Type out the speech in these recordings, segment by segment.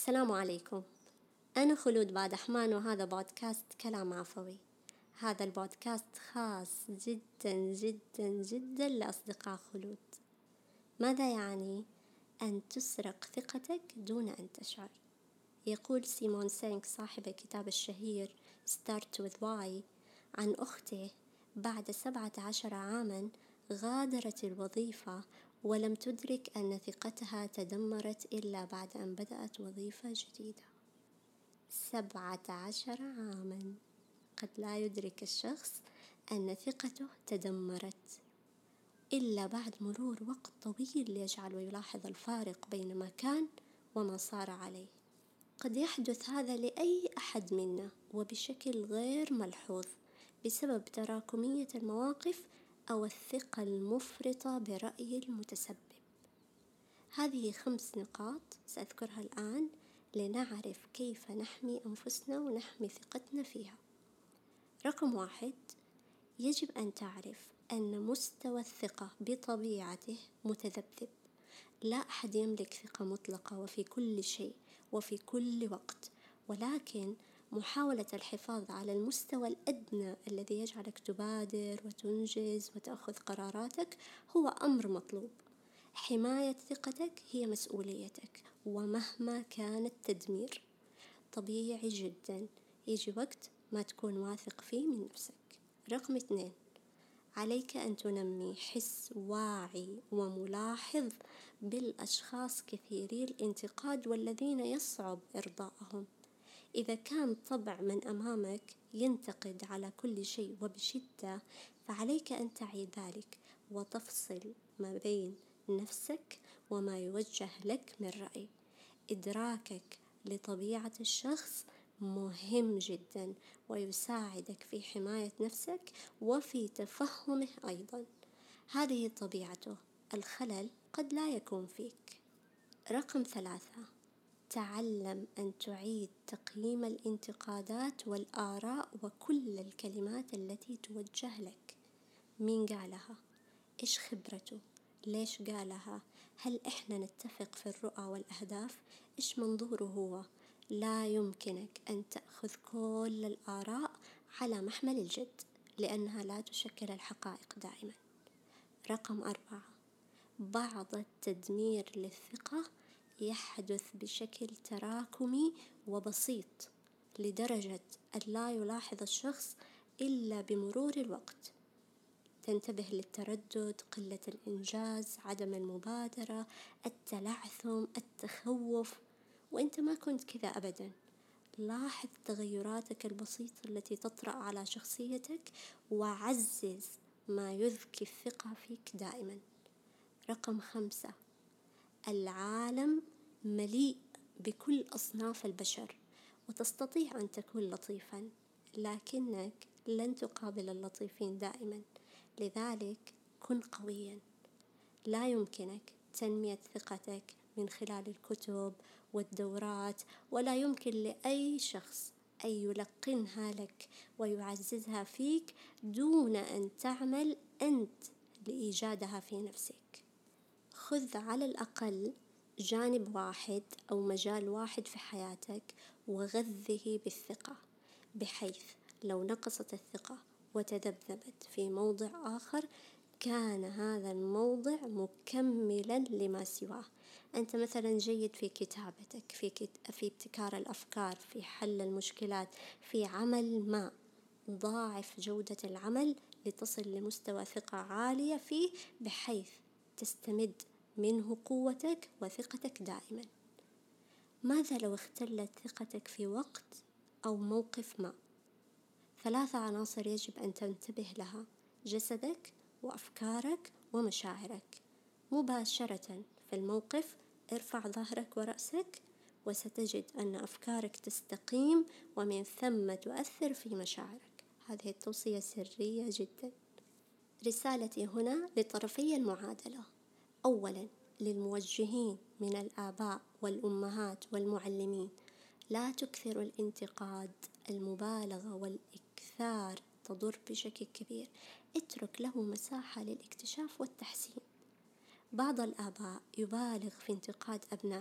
السلام عليكم. أنا خلود بادحمان، وهذا بودكاست كلام عفوي. هذا البودكاست خاص جدا جدا جدا لأصدقاء خلود. ماذا يعني؟ أن تسرق ثقتك دون أن تشعر. يقول سيمون سينك صاحب الكتاب الشهير Start with Why عن أخته بعد 17 عاما غادرت الوظيفة ولم تدرك أن ثقتها تدمرت إلا بعد أن بدأت وظيفة جديدة. 17 عاما، قد لا يدرك الشخص أن ثقته تدمرت إلا بعد مرور وقت طويل يجعله يلاحظ الفارق بين ما كان وما صار عليه. قد يحدث هذا لأي أحد منا وبشكل غير ملحوظ بسبب تراكمية المواقف أو الثقة المفرطة برأي المتسبب. هذه 5 نقاط سأذكرها الآن لنعرف كيف نحمي أنفسنا ونحمي ثقتنا فيها. رقم 1: يجب أن تعرف أن مستوى الثقة بطبيعته متذبذب. لا أحد يملك ثقة مطلقة وفي كل شيء وفي كل وقت، ولكن محاولة الحفاظ على المستوى الأدنى الذي يجعلك تبادر وتنجز وتأخذ قراراتك هو أمر مطلوب. حماية ثقتك هي مسؤوليتك، ومهما كان التدمير طبيعي جدا يجي وقت ما تكون واثق فيه من نفسك. رقم 2: عليك أن تنمي حس واعي وملاحظ بالأشخاص كثيري الانتقاد والذين يصعب إرضائهم. إذا كان طبع من أمامك ينتقد على كل شيء وبشدة، فعليك أن تعي ذلك وتفصل ما بين نفسك وما يوجه لك من رأي. إدراكك لطبيعة الشخص مهم جدا ويساعدك في حماية نفسك وفي تفهمه أيضا. هذه طبيعته، الخلل قد لا يكون فيك. رقم 3: تعلم أن تعيد تقييم الانتقادات والآراء وكل الكلمات التي توجه لك. مين قالها؟ إيش خبرته؟ ليش قالها؟ هل إحنا نتفق في الرؤى والأهداف؟ إيش منظوره هو؟ لا يمكنك أن تأخذ كل الآراء على محمل الجد، لأنها لا تشكل الحقائق دائما. رقم 4: بعض التدمير للثقة يحدث بشكل تراكمي وبسيط لدرجة أن لا يلاحظ الشخص إلا بمرور الوقت. تنتبه للتردد، قلة الإنجاز، عدم المبادرة، التلعثم، التخوف، وإنت ما كنت كذا أبدا. لاحظ تغيراتك البسيطة التي تطرأ على شخصيتك وعزز ما يذكي الثقة فيك دائما. رقم 5: العالم مليء بكل أصناف البشر، وتستطيع أن تكون لطيفا، لكنك لن تقابل اللطيفين دائما. لذلك كن قويا. لا يمكنك تنمية ثقتك من خلال الكتب والدورات، ولا يمكن لأي شخص أن يلقنها لك ويعززها فيك دون أن تعمل أنت لإيجادها في نفسك. خذ على الأقل جانب واحد أو مجال واحد في حياتك وغذه بالثقة، بحيث لو نقصت الثقة وتذبذبت في موضع آخر كان هذا الموضع مكملا لما سواه. أنت مثلا جيد في كتابتك، في ابتكار الأفكار، في حل المشكلات، في عمل ما، ضاعف جودة العمل لتصل لمستوى ثقة عالية فيه بحيث تستمد منه قوتك وثقتك دائما. ماذا لو اختلت ثقتك في وقت أو موقف ما؟ 3 عناصر يجب أن تنتبه لها: جسدك وأفكارك ومشاعرك. مباشرة في الموقف ارفع ظهرك ورأسك، وستجد أن أفكارك تستقيم ومن ثم تؤثر في مشاعرك. هذه التوصية سرية جدا. رسالتي هنا لطرفي المعادلة: أولا للموجهين من الآباء والأمهات والمعلمين، لا تكثروا الانتقاد. المبالغة والإكثار تضر بشكل كبير. اترك له مساحة للاكتشاف والتحسين. بعض الآباء يبالغ في انتقاد أبنائه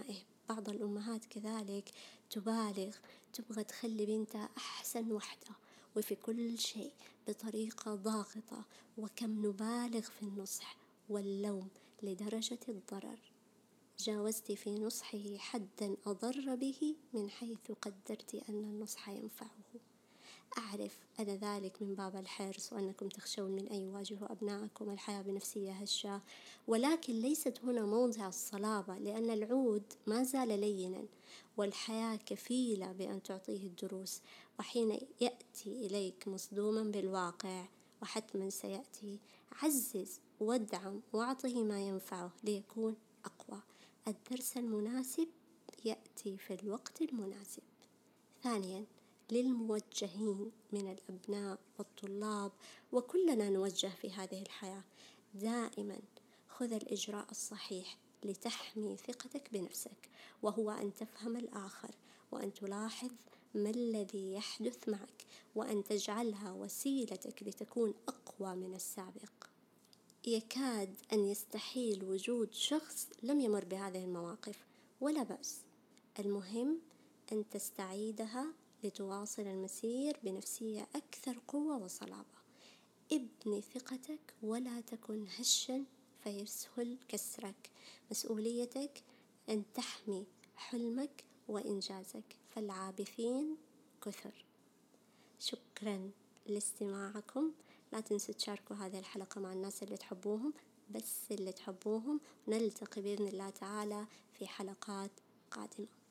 بعض الأمهات كذلك تبالغ، تبغى تخلي بنتها أحسن وحدة وفي كل شيء بطريقة ضاغطة، وكم نبالغ في النصح واللوم لدرجة الضرر. جاوزت في نصحه حدًا أضر به من حيث قدرت أن النصح ينفعه. أعرف أن ذلك من باب الحرص وأنكم تخشون من أن يواجهوا أبنائكم الحياة بنفسية هشة، ولكن ليست هنا موضع الصلابة، لأن العود ما زال لينا والحياة كفيلة بأن تعطيه الدروس. وحين يأتي إليك مصدوما بالواقع، وحتما سيأتي، عزز وادعم واعطه ما ينفعه ليكون أقوى. الدرس المناسب يأتي في الوقت المناسب. ثانياً، للموجهين من الأبناء والطلاب، وكلنا نوجه في هذه الحياة، دائماً خذ الإجراء الصحيح لتحمي ثقتك بنفسك، وهو أن تفهم الآخر، وأن تلاحظ ما الذي يحدث معك، وأن تجعلها وسيلتك لتكون أقوى من السابق. يكاد أن يستحيل وجود شخص لم يمر بهذه المواقف، ولا بأس، المهم أن تستعيدها لتواصل المسير بنفسية أكثر قوة وصلابة. ابني ثقتك ولا تكن هشا فيسهل كسرك. مسؤوليتك أن تحمي حلمك وإنجازك، فالعابثين كثر. شكرا لاستماعكم. لا تنسوا تشاركوا هذه الحلقة مع الناس اللي تحبوهم، بس اللي تحبوهم. نلتقي بإذن الله تعالى في حلقات قادمة.